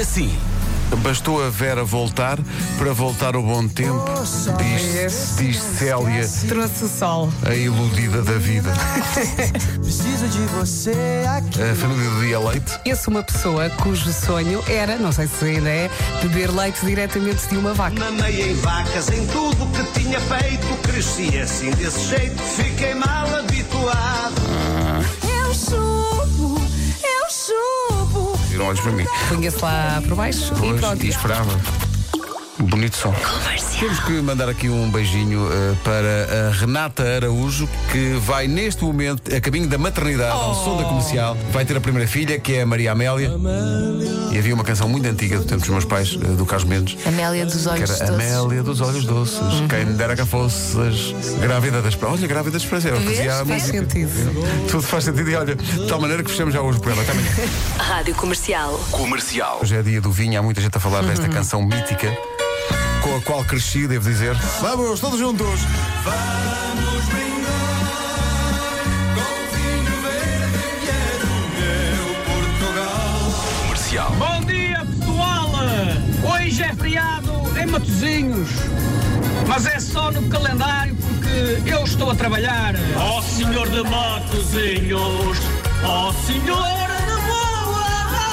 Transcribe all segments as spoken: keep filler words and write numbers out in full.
assim. Bastou a Vera voltar para voltar o bom tempo, diz, diz Célia, Trouxe o sol. a iludida da vida. Preciso de você aqui. A família do Dia Leite. Eu sou uma pessoa cujo sonho era, não sei se ainda é, beber leite diretamente de uma vaca. Mamei em vacas, em tudo que tinha feito. Cresci assim desse jeito, fiquei mal habituado. Eu subo, eu subo. Viram olhos para mim. Punha-se lá por baixo e Hoje, pronto. e esperava. Bonito som. Temos que mandar aqui um beijinho uh, para a Renata Araújo, que vai neste momento a caminho da maternidade, ao som da Comercial. Vai ter a primeira filha, que é a Maria Amélia. E havia uma canção muito antiga do tempo dos meus pais, uh, do Carlos Mendes, Amélia dos que Olhos era Doces. Amélia dos Olhos Doces. Quem dera que fosses grávida da esperança. Olha, grávida da esperança. Era o que dizia a Faz música. sentido. Tudo faz sentido. E olha, de tal maneira que fechamos já hoje o programa. Até amanhã. Rádio Comercial. Comercial. Hoje é dia do vinho, há muita gente a falar desta canção mítica, com a qual cresci, devo dizer. Vamos, todos juntos! Vamos brindar com vinho verde que é do meu Portugal. Comercial. Bom dia, pessoal! Hoje é feriado em Matosinhos, mas é só no calendário porque eu estou a trabalhar. Ó senhor de Matosinhos, ó senhor de boa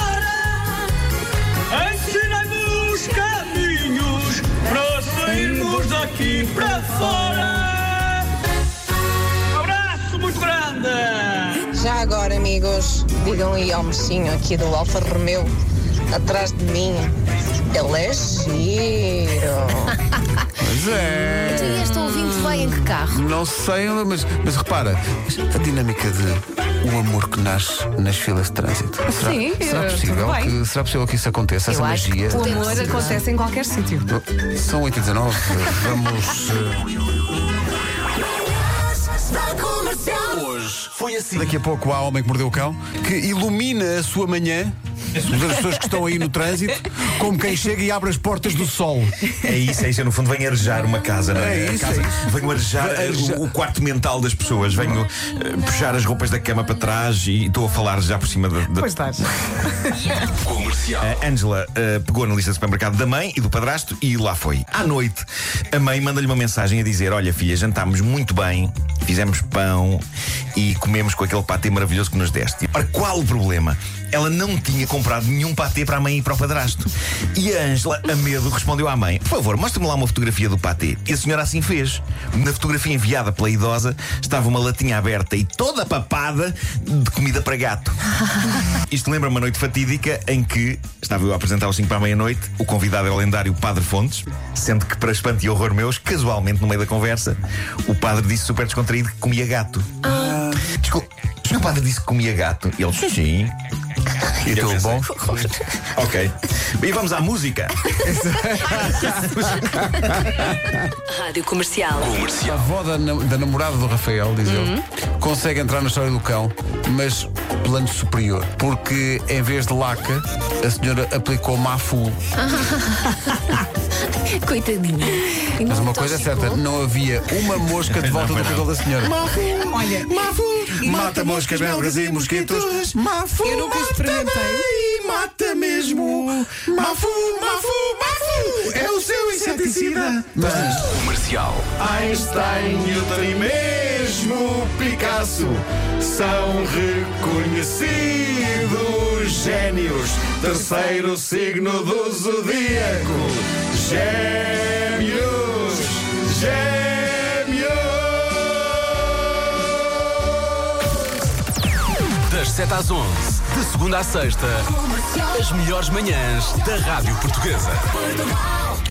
hora, ensina-me os caminhos para sairmos daqui para fora. Um abraço muito grande! Já agora, amigos, digam aí ao mocinho aqui do Alfa Romeo, atrás de mim, ele é giro. Mas é. Então, e este ouvinte vai em que carro? Não sei, mas, mas repara, a dinâmica de o amor que nasce nas filas de trânsito. Será, Sim, será eh, possível tudo bem. que, será possível que isso aconteça? Essa Eu acho magia. que O Tem amor que ser. acontece em qualquer sítio. São oito e dezanove. Vamos. eh, Hoje foi assim. Daqui a pouco há Homem que Mordeu o Cão, que ilumina a sua manhã. As pessoas que estão aí no trânsito, como quem chega e abre as portas do sol. É isso, é isso. Eu, no fundo, venho arejar uma casa, não é? É isso, A casa. é isso. Venho arejar Vai arejar. o, o quarto mental das pessoas. Venho eh, puxar as roupas da cama para trás e estou a falar já por cima da. da... Pois estás. Comercial. A Ângela eh, pegou na lista de supermercado da mãe e do padrasto e lá foi. À noite, a mãe manda-lhe uma mensagem a dizer: olha, filha, jantámos muito bem, fizemos pão e comemos com aquele patê maravilhoso que nos deste. Ora, qual o problema? Ela não tinha comprado nenhum patê para a mãe e para o padrasto. E a Ângela, a medo, respondeu à mãe: por favor, mostre-me lá uma fotografia do patê. E a senhora assim fez. Na fotografia enviada pela idosa estava uma latinha aberta e toda papada de comida para gato. Isto lembra uma noite fatídica em que estava eu a apresentar o cinco para a meia-noite. O convidado é o lendário Padre Fontes, sendo que, para espanto e horror meus, casualmente no meio da conversa, o padre disse super descontraído que comia gato. Ah. Desculpe, o senhor padre disse que comia gato. E ele: sim, sim. E eu tu, pensei, bom? Ok. E vamos à música. Rádio Comercial. A Comercial. avó da, nam- da namorada do Rafael, diz ele, consegue entrar na história do cão, mas plano superior. Porque em vez de laca, a senhora aplicou mafu. Coitadinha. E Mas não uma coisa é certa, toxicou? não havia uma mosca de volta do cabelo da senhora. Olha, Mata moscas, belgas e mosquitos. Mafu, eu nunca experimentei. e mata mesmo. Mafu, mafu, mafu. É o seu inseticida. Mas diz, Comercial. Einstein, Newton e mesmo Picasso são reconhecidos génios. Terceiro signo do zodíaco. Gêmeos, gêmeos. Das sete às onze, de segunda à sexta, as melhores manhãs da Rádio Portuguesa.